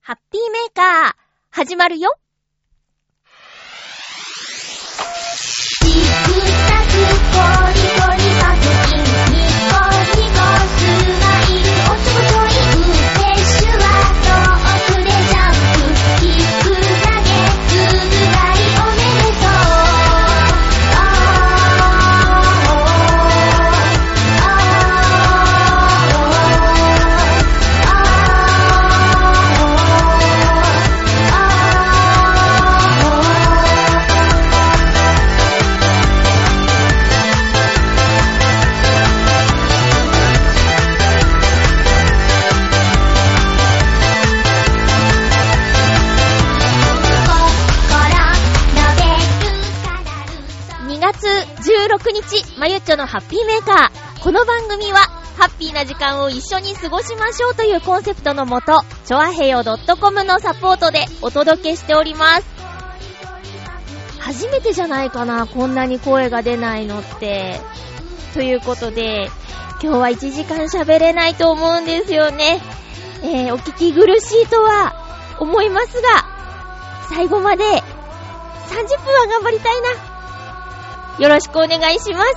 ハッピーメーカー始まるよ。16日、まゆっちょのハッピーメーカー。この番組はハッピーな時間を一緒に過ごしましょうというコンセプトのもと、ちょあへよ .com のサポートでお届けしております。初めてじゃないかな、こんなに声が出ないのって。ということで、今日は1時間喋れないと思うんですよね。お聞き苦しいとは思いますが、最後まで30分は頑張りたいな。よろしくお願いします。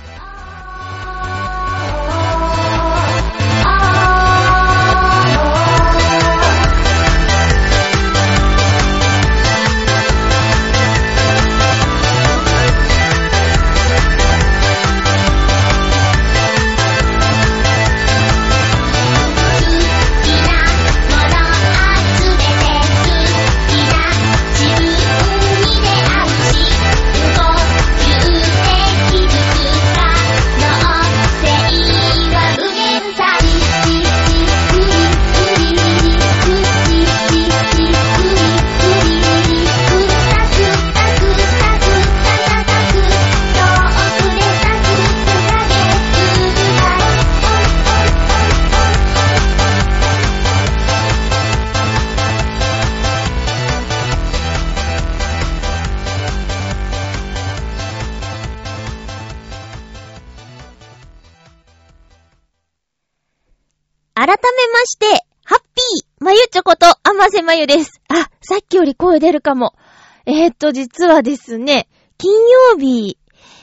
改めまして、ハッピーまゆちょことあませまゆです。あ、さっきより声出るかも。実はですね、金曜日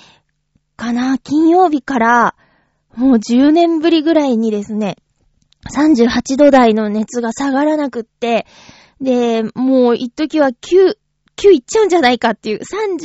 からもう10年ぶりぐらいにですね、38度台の熱が下がらなくって、で、もう一時は9いっちゃうんじゃないかっていう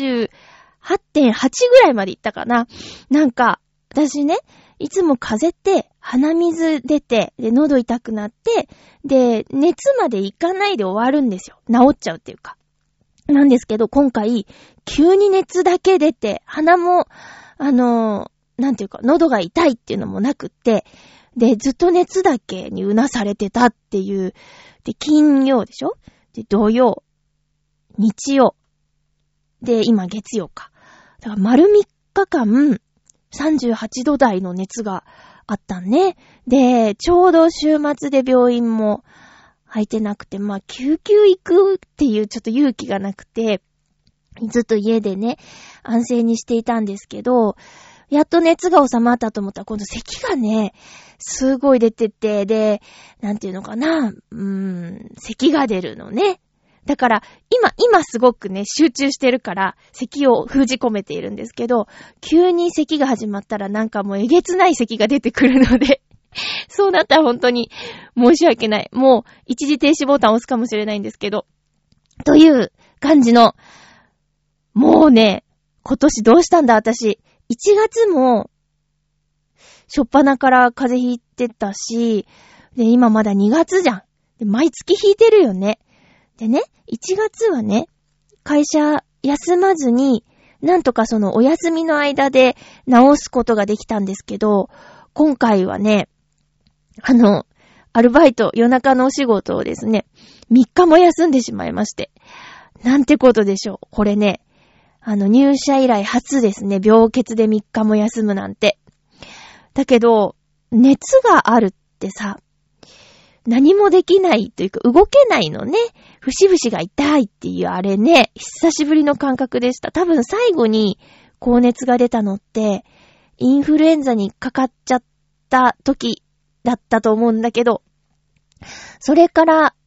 38.8 ぐらいまでいったかな。なんか、私ね、いつも風邪って鼻水出て、で、喉痛くなって、で、熱までいかないで終わるんですよ。治っちゃうっていうか。なんですけど、今回、急に熱だけ出て、鼻も、なんていうか、喉が痛いっていうのもなくって、で、ずっと熱だけにうなされてたっていう、で、金曜でしょ？で、土曜、日曜、で、今月曜か。だから丸3日間、38度台の熱があったんね。で、ちょうど週末で病院も空いてなくて、まあ、救急行くっていうちょっと勇気がなくて、ずっと家でね、安静にしていたんですけど、やっと熱が収まったと思ったら、今度咳がね、すごい出てて、で、なんていうのかな、咳が出るのね。だから、今すごくね、集中してるから、咳を封じ込めているんですけど、急に咳が始まったらなんかもうえげつない咳が出てくるので、そうなったら本当に申し訳ない。もう一時停止ボタンを押すかもしれないんですけど、という感じの、もうね、今年どうしたんだ私。1月も、しょっぱなから風邪ひいてたし、で、今まだ2月じゃん。で、毎月ひいてるよね。でね、1月はね、会社休まずに、なんとかそのお休みの間で治すことができたんですけど、今回はね、アルバイト、夜中のお仕事をですね、3日も休んでしまいまして。なんてことでしょう。これね、入社以来初ですね、病欠で3日も休むなんて。だけど、熱があるってさ、何もできないというか動けないのね。節々が痛いっていうあれね、久しぶりの感覚でした。多分最後に高熱が出たのって、インフルエンザにかかっちゃった時だったと思うんだけど、それから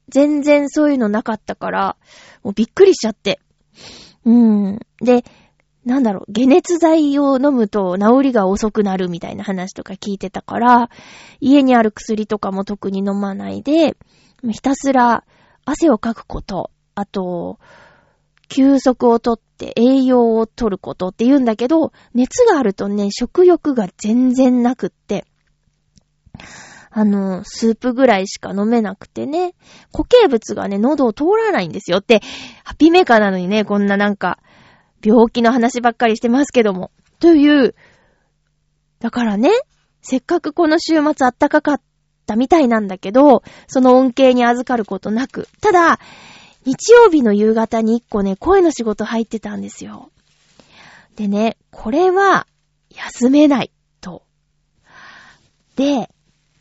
全然そういうのなかったから、もうびっくりしちゃって。で、解熱剤を飲むと治りが遅くなるみたいな話とか聞いてたから、家にある薬とかも特に飲まないで、ひたすら汗をかくこと、あと、休息をとって栄養をとることって言うんだけど、熱があるとね、食欲が全然なくって、スープぐらいしか飲めなくてね、固形物がね、喉を通らないんですよって、ハッピーメーカーなのにね、こんな病気の話ばっかりしてますけども。という、だからね、せっかくこの週末暖かかったみたいなんだけど、その恩恵に預かることなく。ただ、日曜日の夕方に1個ね、声の仕事入ってたんですよ。でね、これは、休めない、と。で、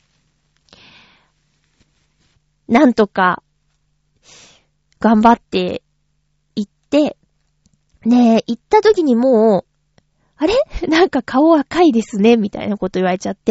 なんとか、頑張って行って、ねえ、行った時にもう、あれ？顔赤いですね、みたいなこと言われちゃって、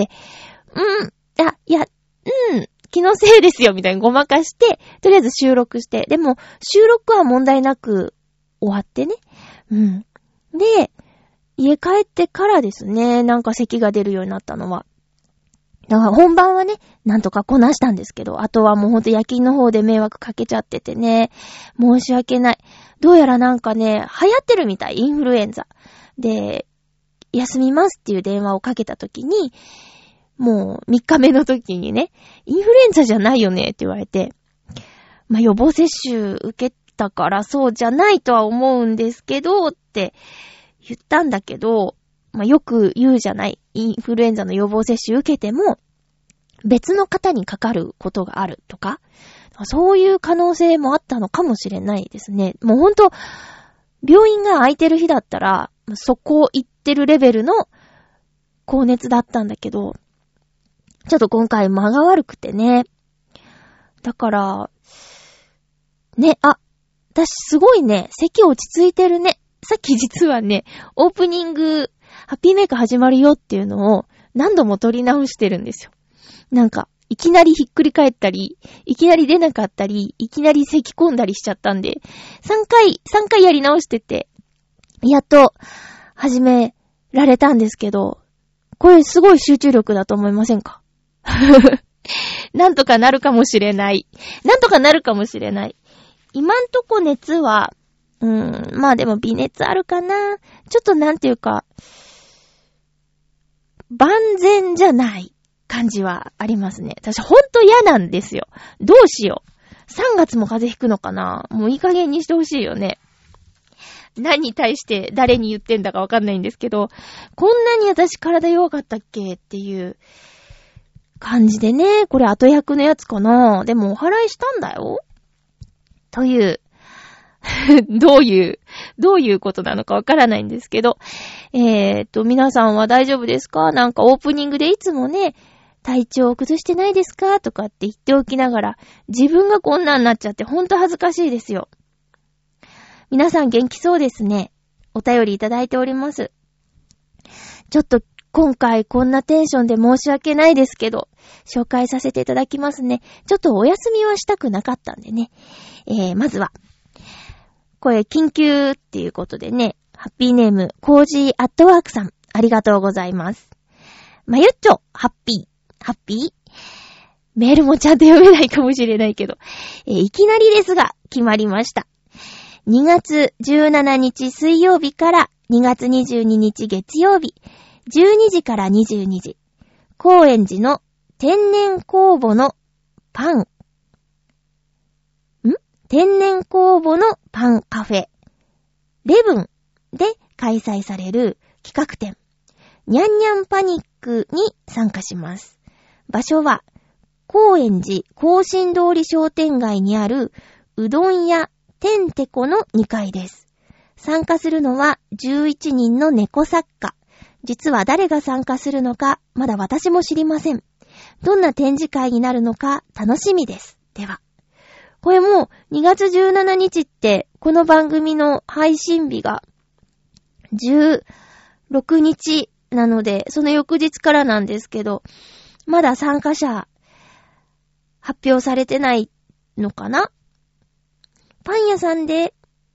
気のせいですよ、みたいにごまかして、とりあえず収録して、でも、収録は問題なく終わってね。で、家帰ってからですね、咳が出るようになったのは。だから本番はね、なんとかこなしたんですけど、あとはもうほんと夜勤の方で迷惑かけちゃっててね、申し訳ない。どうやら流行ってるみたい、インフルエンザ。で、休みますっていう電話をかけた時に、もう3日目の時にね、インフルエンザじゃないよねって言われて、予防接種受けたからそうじゃないとは思うんですけどって言ったんだけど、よく言うじゃない。インフルエンザの予防接種受けても、別の方にかかることがあるとか、そういう可能性もあったのかもしれないですね。もうほんと、病院が空いてる日だったら、そこ行ってるレベルの高熱だったんだけど、ちょっと今回間が悪くてね。だから、ね、私すごいね、咳落ち着いてるね。さっき実はね、オープニング、ハッピーメイク始まるよっていうのを何度も撮り直してるんですよ。いきなりひっくり返ったり、いきなり出なかったり、いきなり咳込んだりしちゃったんで、3回やり直してて、やっと始められたんですけど、これすごい集中力だと思いませんか？なんとかなるかもしれない。今んとこ熱は、でも微熱あるかな。ちょっと万全じゃない感じはありますね。私ほんと嫌なんですよ。どうしよう。3月も風邪ひくのかな。もういい加減にしてほしいよね。何に対して誰に言ってんだかわかんないんですけど、こんなに私体弱かったっけっていう感じでね。これ後役のやつかな。でもお祓いしたんだよ。という。どういうことなのかわからないんですけど。皆さんは大丈夫ですか？オープニングでいつもね、体調を崩してないですかとかって言っておきながら、自分がこんなんなっちゃってほんと恥ずかしいですよ。皆さん元気そうですね。お便りいただいております。ちょっと今回こんなテンションで申し訳ないですけど、紹介させていただきますね。ちょっとお休みはしたくなかったんでね。まずは、これ緊急っていうことでね、ハッピーネーム、コージーアットワークさん、ありがとうございます。まゆっちょ、ハッピーメールもちゃんと読めないかもしれないけど、いきなりですが、決まりました。2月17日水曜日から2月22日月曜日、12時から22時、高円寺の天然酵母のパンカフェレブンで開催される企画展ニャンニャンパニックに参加します。場所は高円寺庚申通り商店街にあるうどん屋てんてこの2階です。参加するのは11人の猫作家。実は誰が参加するのかまだ私も知りません。どんな展示会になるのか楽しみです。では、これも2月17日ってこの番組の配信日が16日なので、その翌日からなんですけど、まだ参加者発表されてないのかな？パン屋さんで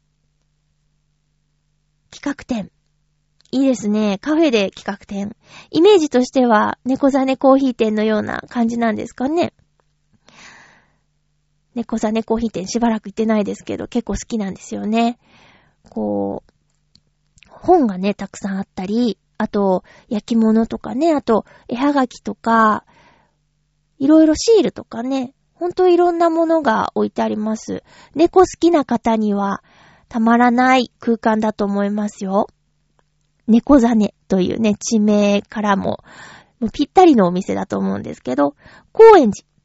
企画展。いいですね。カフェで企画展。イメージとしては猫ザネコーヒー店のような感じなんですかね。猫ザネコーヒー店しばらく行ってないですけど結構好きなんですよね。こう、本がね、たくさんあったり、あと焼き物とかね、あと絵はがきとか、いろいろシールとかね、ほんといろんなものが置いてあります。猫好きな方にはたまらない空間だと思いますよ。猫ザネというね、地名からもぴったりのお店だと思うんですけど、高円寺。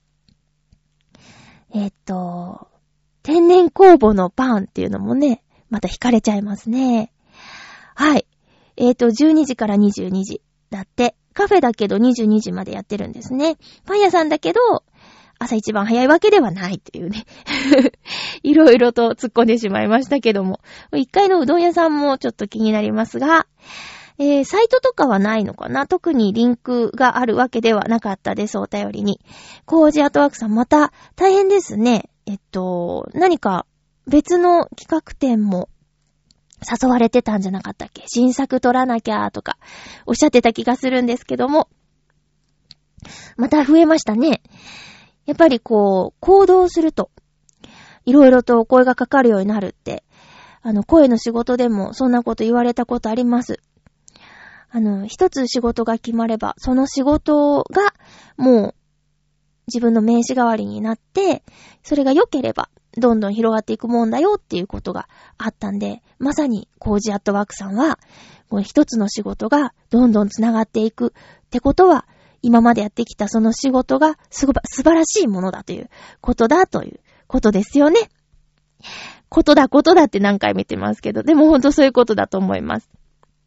天然酵母のパンっていうのもね、また惹かれちゃいますね。はい。12時から22時だって、カフェだけど22時までやってるんですね。パン屋さんだけど、朝一番早いわけではないっていうね。いろいろと突っ込んでしまいましたけども。1階のうどん屋さんもちょっと気になりますが、サイトとかはないのかな？特にリンクがあるわけではなかったです、お便りに。コージアートワークさんまた大変ですね。何か別の企画展も誘われてたんじゃなかったっけ？新作撮らなきゃとかおっしゃってた気がするんですけども。また増えましたね。やっぱりこう、行動すると、いろいろとお声がかかるようになるって、声の仕事でもそんなこと言われたことあります。一つ仕事が決まれば、その仕事がもう自分の名刺代わりになって、それが良ければどんどん広がっていくもんだよっていうことがあったんで、まさにコージアットワークさんは、この一つの仕事がどんどんつながっていくってことは、今までやってきたその仕事が素晴らしいものだということですよね。ことだって何回見てますけど、でもほんとそういうことだと思います。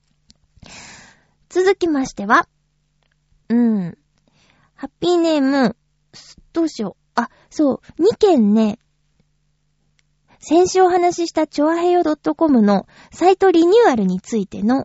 続きましては、ハッピーネーム、どうしよう。そう、2件ね、先週お話ししたチョアヘヨ .com のサイトリニューアルについての、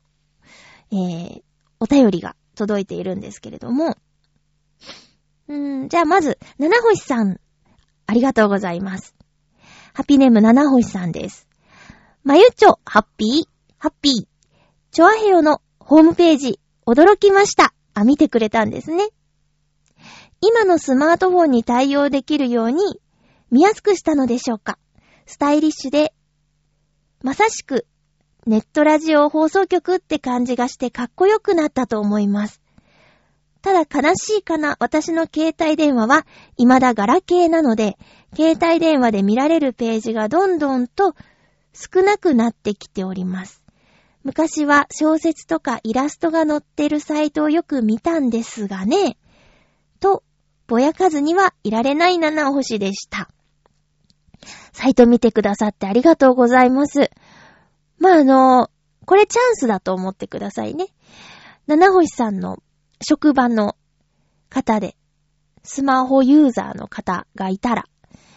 お便りが届いているんですけれども、じゃあまず、七星さん、ありがとうございます。ハッピーネーム七星さんです。まゆちょ、ハッピー。チョアヘヨのホームページ、驚きました。見てくれたんですね。今のスマートフォンに対応できるように、見やすくしたのでしょうか。スタイリッシュで、まさしく、ネットラジオ放送局って感じがしてかっこよくなったと思います。ただ悲しいかな、私の携帯電話は未だガラケーなので、携帯電話で見られるページがどんどんと少なくなってきております。昔は小説とかイラストが載ってるサイトをよく見たんですがね、とぼやかずにはいられない七星でした。サイト見てくださってありがとうございます。これチャンスだと思ってくださいね。七星さんの職場の方で、スマホユーザーの方がいたら、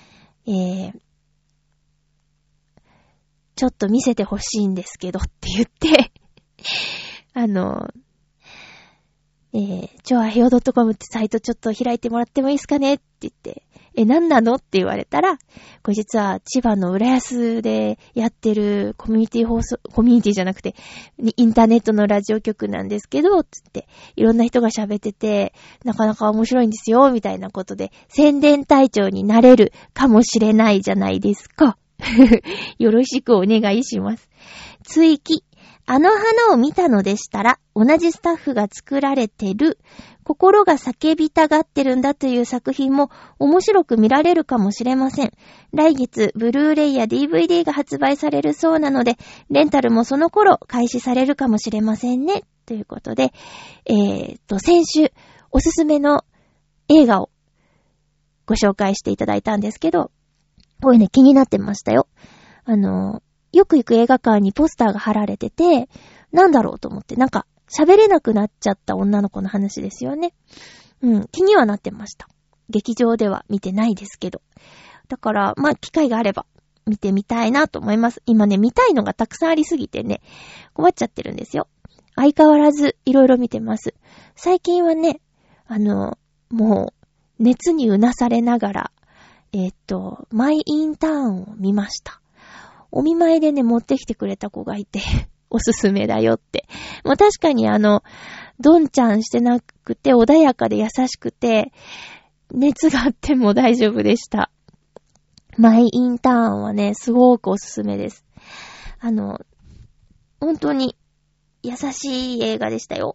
ちょっと見せてほしいんですけどって言って、チョアヘヨ .com ってサイトちょっと開いてもらってもいいですかねって言って、何なのって言われたら、これ実は千葉の浦安でやってるコミュニティじゃなくて、インターネットのラジオ局なんですけど、つって、いろんな人が喋ってて、なかなか面白いんですよ、みたいなことで、宣伝隊長になれるかもしれないじゃないですか。よろしくお願いします。追記。あの花を見たのでしたら、同じスタッフが作られてる、心が叫びたがってるんだという作品も面白く見られるかもしれません。来月、ブルーレイや DVD が発売されるそうなので、レンタルもその頃開始されるかもしれませんね。ということで、先週、おすすめの映画をご紹介していただいたんですけど、これね、気になってましたよ。よく行く映画館にポスターが貼られてて、なんだろうと思って、なんか喋れなくなっちゃった女の子の話ですよね。気にはなってました。劇場では見てないですけど。だから、機会があれば見てみたいなと思います。今ね、見たいのがたくさんありすぎてね、困っちゃってるんですよ。相変わらずいろいろ見てます。最近はね、もう熱にうなされながらマイインターンを見ました。お見舞いでね、持ってきてくれた子がいて、おすすめだよって。もう確かにどんちゃんしてなくて、穏やかで優しくて、熱があっても大丈夫でした。マイインターンはね、すごくおすすめです。本当に優しい映画でしたよ。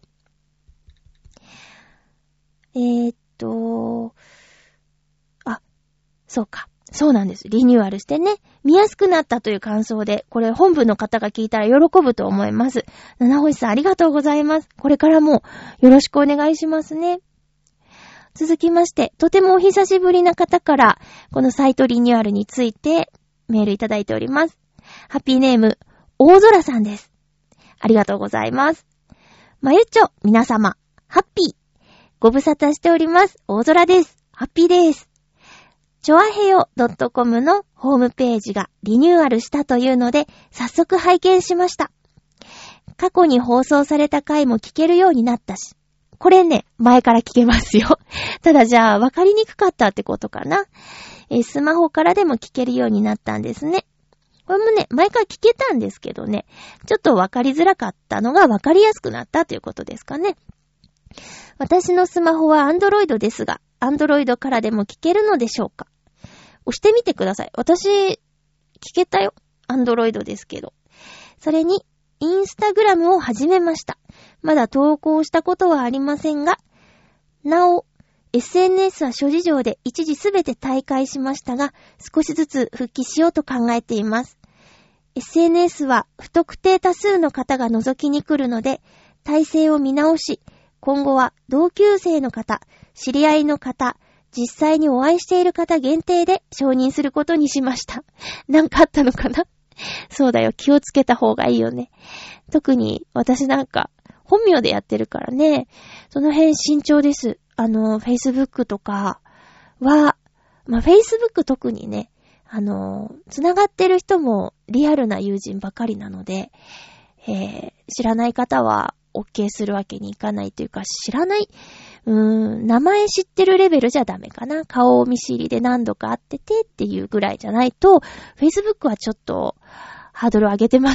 そうか。そうなんです。リニューアルしてね、見やすくなったという感想で、これ本部の方が聞いたら喜ぶと思います。七星さんありがとうございます。これからもよろしくお願いしますね。続きまして、とてもお久しぶりな方から、このサイトリニューアルについてメールいただいております。ハッピーネーム、大空さんです。ありがとうございます。まゆちょ、皆様、ハッピー。ご無沙汰しております。大空です。ハッピーです。ちょあへよ .com のホームページがリニューアルしたというので、早速拝見しました。過去に放送された回も聞けるようになったし、これね、前から聞けますよ。ただじゃあ、わかりにくかったってことかな。スマホからでも聞けるようになったんですね。これもね、前から聞けたんですけどね、ちょっとわかりづらかったのがわかりやすくなったということですかね。私のスマホは Android ですが、Android からでも聞けるのでしょうか。押してみてください。私、聞けたよ。Android ですけど。それに、インスタグラムを始めました。まだ投稿したことはありませんが、なお、SNS は諸事情で一時すべて退会しましたが、少しずつ復帰しようと考えています。SNS は不特定多数の方が覗きに来るので、体制を見直し、今後は同級生の方、知り合いの方、実際にお会いしている方限定で承認することにしました。なんかあったのかな？そうだよ、気をつけた方がいいよね。特に私なんか本名でやってるからね、その辺慎重です。Facebook とかは、Facebook 特にね、繋がってる人もリアルな友人ばかりなので、知らない方は OK するわけにいかないというか、知らない、名前知ってるレベルじゃダメかな。顔見知りで何度か会っててっていうぐらいじゃないと、Facebook はちょっとハードル上げてます。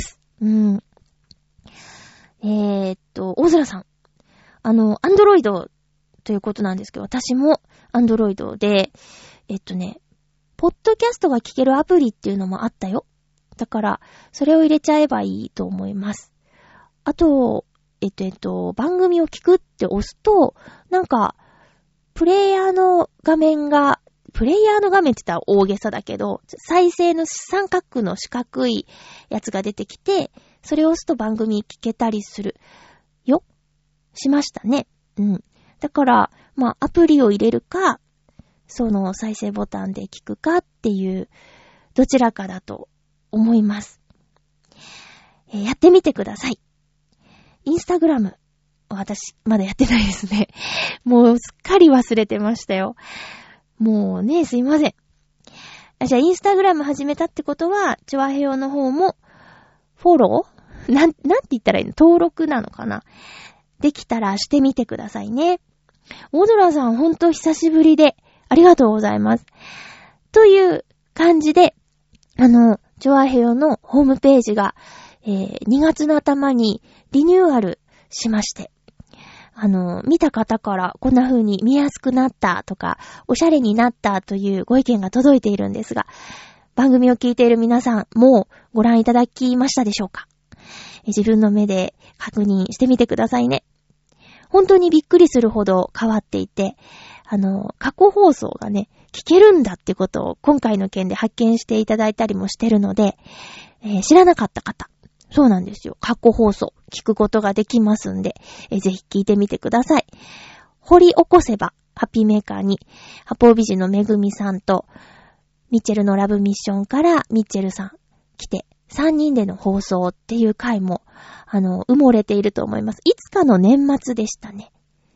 大空さん。Android ということなんですけど、私も Android で、ポッドキャストが聞けるアプリっていうのもあったよ。だから、それを入れちゃえばいいと思います。あと、番組を聞くって押すと、なんか、プレイヤーの画面って言ったら大げさだけど、再生の三角の四角いやつが出てきて、それを押すと番組聞けたりするよ。しましたね。だから、アプリを入れるか、その再生ボタンで聞くかっていう、どちらかだと思います。やってみてください。インスタグラム。私、まだやってないですね。もうすっかり忘れてましたよ。もうね、すいません。じゃあ、インスタグラム始めたってことは、チョアヘヨの方も、フォロー？なんて言ったらいいの？登録なのかな？できたらしてみてくださいね。大空さん、ほんと久しぶりで、ありがとうございます。という感じで、チョアヘヨのホームページが、2月の頭にリニューアルしまして、見た方からこんな風に見やすくなったとか、おしゃれになったというご意見が届いているんですが、番組を聞いている皆さん、もうご覧いただきましたでしょうか？自分の目で確認してみてくださいね。本当にびっくりするほど変わっていて、過去放送がね、聞けるんだってことを今回の件で発見していただいたりもしてるので、知らなかった方、そうなんですよ。過去放送聞くことができますんで、ぜひ聞いてみてください。掘り起こせばハッピーメーカーに八方美人のめぐみさんとミッチェルのラブミッションからミッチェルさん来て3人での放送っていう回も埋もれていると思います。いつかの年末でしたね。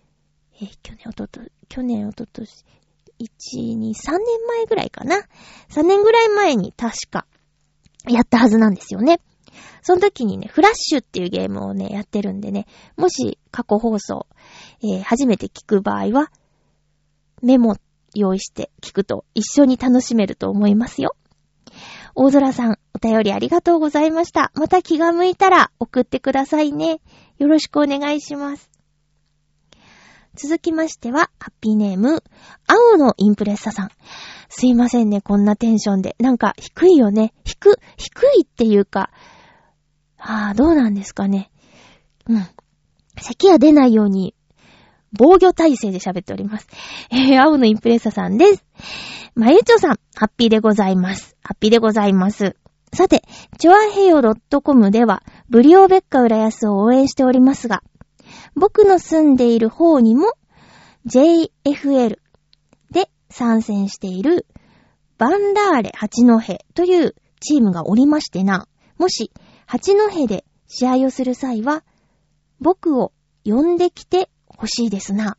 去年、おととし、1、2、3年前ぐらいかな。3年ぐらい前に確かやったはずなんですよね。その時にね、フラッシュっていうゲームをね、やってるんでね、もし過去放送、初めて聞く場合は、メモ用意して聞くと一緒に楽しめると思いますよ。大空さん、お便りありがとうございました。また気が向いたら送ってくださいね。よろしくお願いします。続きましては、ハッピーネーム、青のインプレッサさん。すいませんね、こんなテンションで。なんか低いよね。低いっていうか、どうなんですかね。咳が出ないように、防御体制で喋っております。青のインプレッサさんです。まゆちょさん、ハッピーでございます。ハッピーでございます。さて、チョアヘヨ .com では、ブリオベッカ浦安を応援しておりますが、僕の住んでいる方にも、JFL で参戦している、バンダーレ八戸というチームがおりましてな、もし、八戸で試合をする際は、僕を呼んできてほしいですな。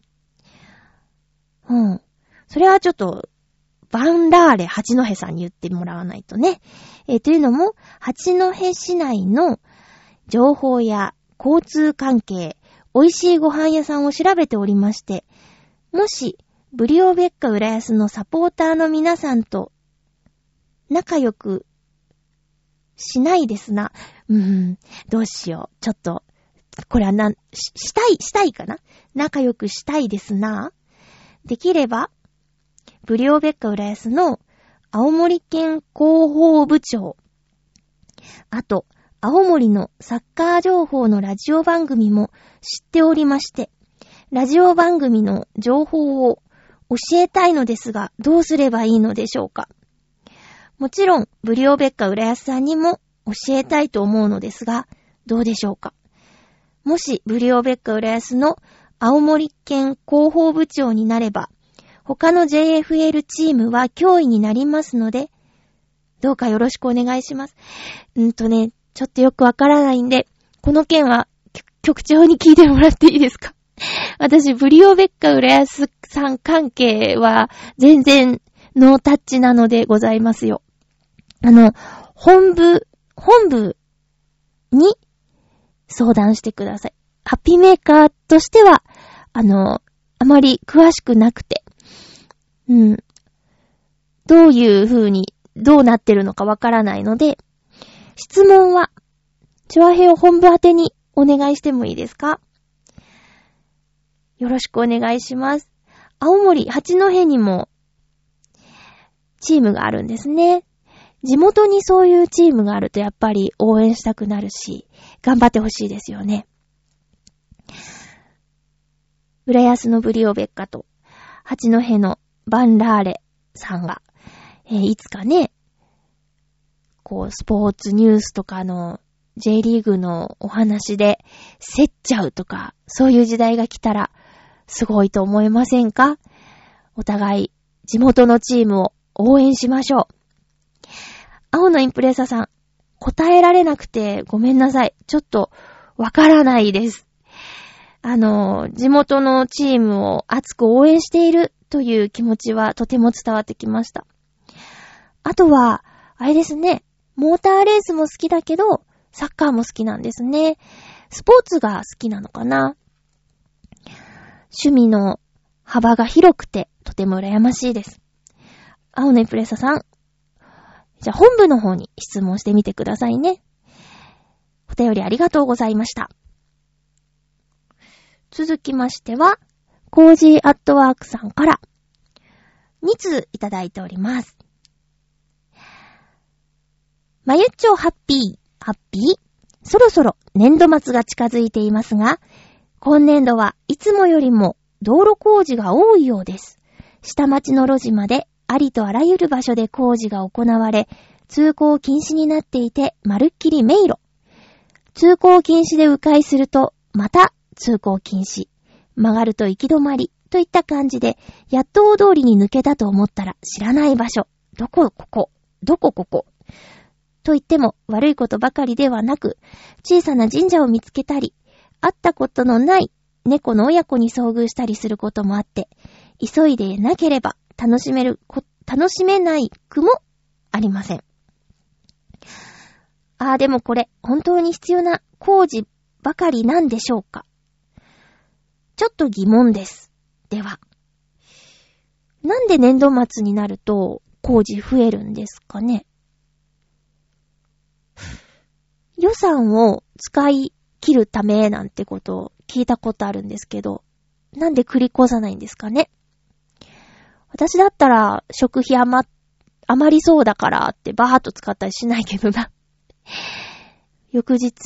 それはちょっと、バンダーレ八戸さんに言ってもらわないとね。というのも、八戸市内の情報や交通関係、美味しいご飯屋さんを調べておりまして、もし、ブリオベッカ浦安のサポーターの皆さんと仲良くしないですな。どうしよう。ちょっと、これはしたいかな？仲良くしたいですな。できれば、ブリオベッカ浦安の青森県広報部長、あと、青森のサッカー情報のラジオ番組も知っておりまして、ラジオ番組の情報を教えたいのですが、どうすればいいのでしょうか。もちろん、ブリオベッカ浦安さんにも教えたいと思うのですが、どうでしょうか。もし、ブリオベッカ浦安の青森県広報部長になれば、他の JFL チームは脅威になりますので、どうかよろしくお願いします。ちょっとよくわからないんで、この件は局長に聞いてもらっていいですか？私、ブリオベッカ浦安さん関係は全然ノータッチなのでございますよ。本部に相談してください。ハッピーメーカーとしては、あまり詳しくなくて、どういう風に、どうなってるのかわからないので、質問は、チョアヘヨ本部宛てにお願いしてもいいですか？よろしくお願いします。青森、八戸にも、チームがあるんですね。地元にそういうチームがあるとやっぱり応援したくなるし、頑張ってほしいですよね。浦安のブリオベッカと、八戸のバンラーレさんが、いつかね、スポーツニュースとかの J リーグのお話で競っちゃうとか、そういう時代が来たらすごいと思いませんか？お互い地元のチームを応援しましょう。青のインプレッサさん、答えられなくてごめんなさい。ちょっとわからないです。地元のチームを熱く応援しているという気持ちはとても伝わってきました。あとは、あれですね、モーターレースも好きだけど、サッカーも好きなんですね。スポーツが好きなのかな。趣味の幅が広くて、とても羨ましいです。青のインプレッサさん。じゃあ本部の方に質問してみてくださいね。お便りありがとうございました。続きましては、コージーアットワークさんから2通いただいております。まゆっちょハッピー。そろそろ年度末が近づいていますが、今年度はいつもよりも道路工事が多いようです。下町の路地までありとあらゆる場所で工事が行われ、通行禁止になっていて、まるっきり迷路。通行禁止で迂回すると、また通行禁止。曲がると行き止まり。といった感じで、やっと大通りに抜けたと思ったら知らない場所。どこここ。と言っても悪いことばかりではなく、小さな神社を見つけたり、会ったことのない猫の親子に遭遇したりすることもあって、急いでなければ楽しめないくもありません。でもこれ本当に必要な工事ばかりなんでしょうか。ちょっと疑問です。では、 なんで年度末になると工事増えるんですかね。予算を使い切るためなんてことを聞いたことあるんですけど、なんで繰り越さないんですかね。私だったら食費余りそうだからってバーッと使ったりしないけどな。翌月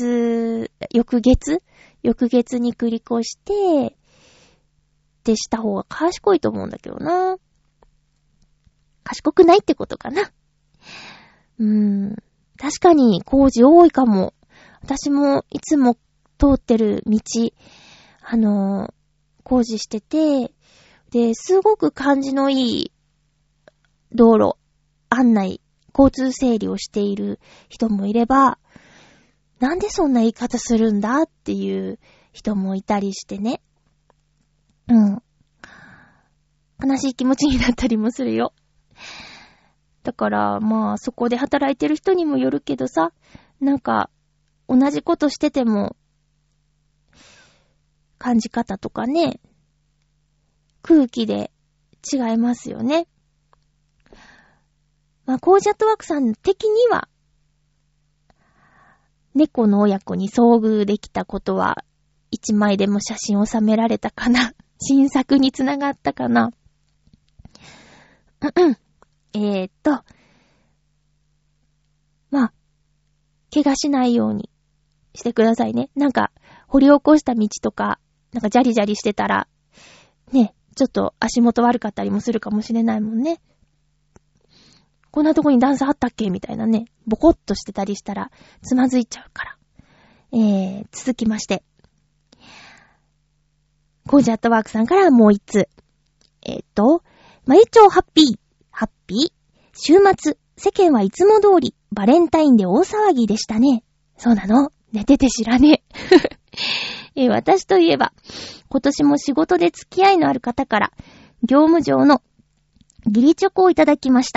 に繰り越してってした方が賢いと思うんだけどな。賢くないってことかな。確かに工事多いかも。私もいつも通ってる道、工事してて、で、すごく感じのいい道路、案内、交通整理をしている人もいれば、なんでそんな言い方するんだっていう人もいたりしてね。悲しい気持ちになったりもするよ。だからまあそこで働いてる人にもよるけどさ、なんか同じことしてても感じ方とかね、空気で違いますよね。まあコージャットワークさん的には猫の親子に遭遇できたことは一枚でも写真を収められたかな。新作につながったかな。まあ、怪我しないようにしてくださいね。なんか、掘り起こした道とか、なんかジャリジャリしてたら、ね、ちょっと足元悪かったりもするかもしれないもんね。こんなとこに段差あったっけみたいなね、ボコッとしてたりしたら、つまずいちゃうから。続きまして。コージアットワークさんからもう一つ。まゆちょうハッピー。週末、世間はいつも通り、バレンタインで大騒ぎでしたね。そうなの？寝てて知らねえ。私といえば、今年も仕事で付き合いのある方から、業務上の義理チョコをいただきました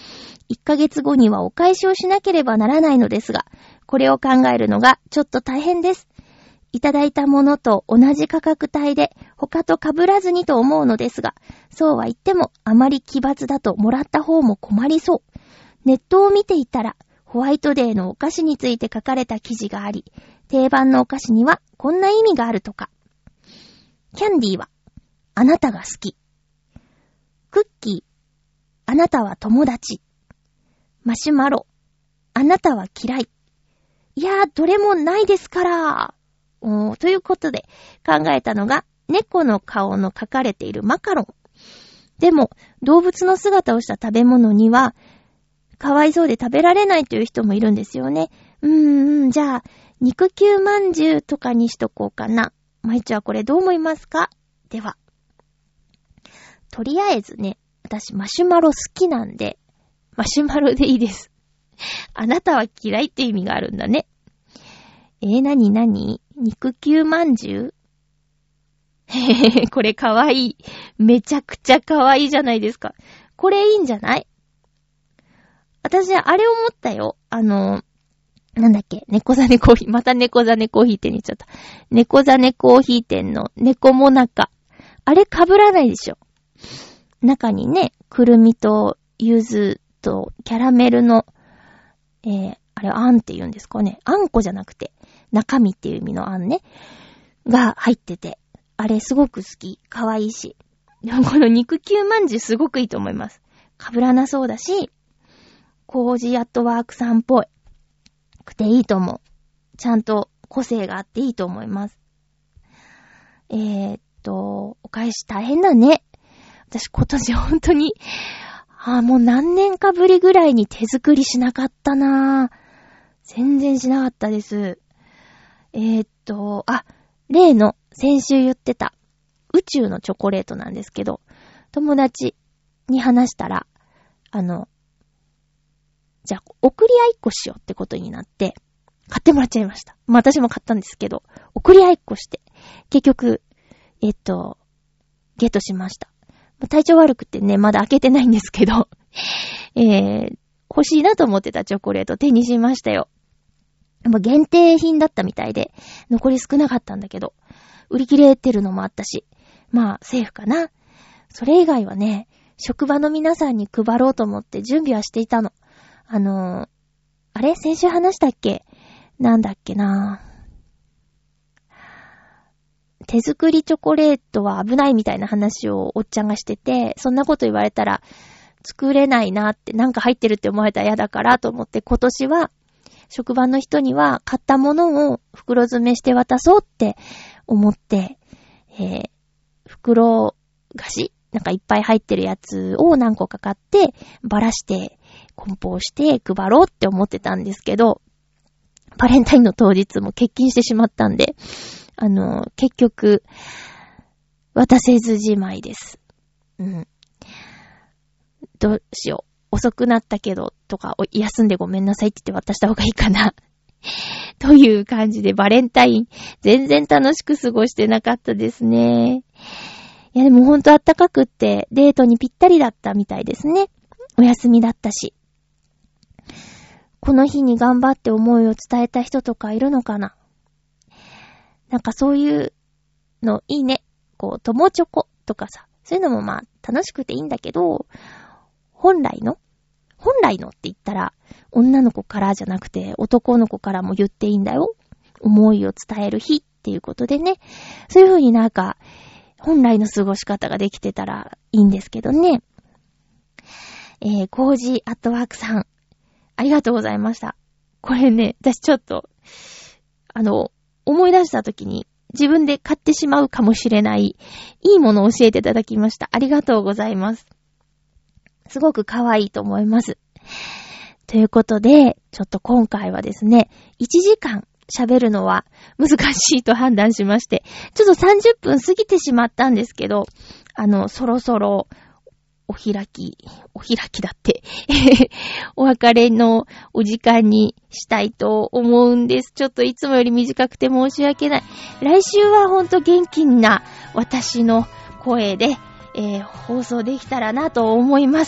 。1ヶ月後にはお返しをしなければならないのですが、これを考えるのがちょっと大変です。いただいたものと同じ価格帯で他と被らずにと思うのですが、そうは言ってもあまり奇抜だともらった方も困りそう。ネットを見ていたらホワイトデーのお菓子について書かれた記事があり、定番のお菓子にはこんな意味があるとか。キャンディーはあなたが好き。クッキー、あなたは友達。マシュマロ、あなたは嫌い。いやー、どれもないですから。ということで考えたのが猫の顔の描かれているマカロン。でも動物の姿をした食べ物にはかわいそうで食べられないという人もいるんですよね。じゃあ肉球まんじゅうとかにしとこうかな。まいちはこれどう思いますか？ではとりあえずね、私マシュマロ好きなんでマシュマロでいいです。あなたは嫌いって意味があるんだね。なに肉球まんじゅう？これかわいい。めちゃくちゃかわいいじゃないですか。これいいんじゃない？私、あれ思ったよ。なんだっけ、猫ザネコーヒー。また猫ザネコーヒー店に行っちゃった。猫ザネコーヒー店の猫もなか。あれ被らないでしょ。中にね、くるみと柚子とキャラメルの、あれあんって言うんですかね。あんこじゃなくて、中身っていう意味のあんね。が入ってて。あれすごく好き。かわいいし。でもこの肉球まんじゅうすごくいいと思います。被らなそうだし、コージアットワークさんっぽい。くていいと思う。ちゃんと個性があっていいと思います。お返し大変だね。私今年本当に、もう何年かぶりぐらいに手作りしなかったなぁ。全然しなかったです。例の先週言ってた宇宙のチョコレートなんですけど、友達に話したら、じゃあ送り合いっこしようってことになって、買ってもらっちゃいました。私も買ったんですけど、送り合いっこして、結局、ゲットしました。体調悪くてね、まだ開けてないんですけど、欲しいなと思ってたチョコレート手にしましたよ。限定品だったみたいで、残り少なかったんだけど、売り切れてるのもあったし、まあ、セーフかな。それ以外はね、 職場の皆さんに配ろうと思って準備はしていたの。あれ先週話したっけ？なんだっけな。手作りチョコレートは危ないみたいな話をおっちゃんがしてて、そんなこと言われたら作れないなって、なんか入ってるって思われたら嫌だからと思って、今年は職場の人には買ったものを袋詰めして渡そうって思って、袋菓子なんかいっぱい入ってるやつを何個か買ってばらして梱包して配ろうって思ってたんですけど、バレンタインの当日も欠勤してしまったんで、結局渡せずじまいです。どうしよう、遅くなったけどとか、休んでごめんなさいって言って渡した方がいいかなという感じで、バレンタイン全然楽しく過ごしてなかったですね。いやでもほんとあったかくってデートにぴったりだったみたいですね。お休みだったし。この日に頑張って思いを伝えた人とかいるのかな。なんかそういうのいいね。こう友チョコとかさ、そういうのもまあ楽しくていいんだけど、本来のって言ったら女の子からじゃなくて男の子からも言っていいんだよ。思いを伝える日っていうことでね。そういう風になんか本来の過ごし方ができてたらいいんですけどね。コージーアットワークさん、ありがとうございました。これね、私ちょっと、思い出した時に自分で買ってしまうかもしれない、いいものを教えていただきました。ありがとうございます。すごく可愛いと思います。ということで、ちょっと今回はですね、1時間喋るのは難しいと判断しまして、ちょっと30分過ぎてしまったんですけど、そろそろお開きだってお別れのお時間にしたいと思うんです。ちょっといつもより短くて申し訳ない。来週はほんと元気な私の声で、放送できたらなと思います。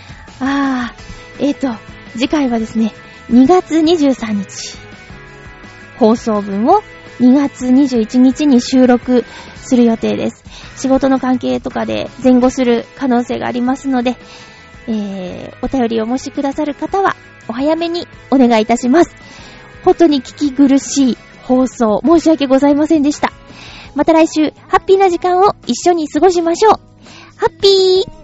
次回はですね、2月23日放送分を2月21日に収録する予定です。仕事の関係とかで前後する可能性がありますので、お便りをもしくださる方はお早めにお願いいたします。本当に聞き苦しい放送申し訳ございませんでした。また来週ハッピーな時間を一緒に過ごしましょう。ハッピー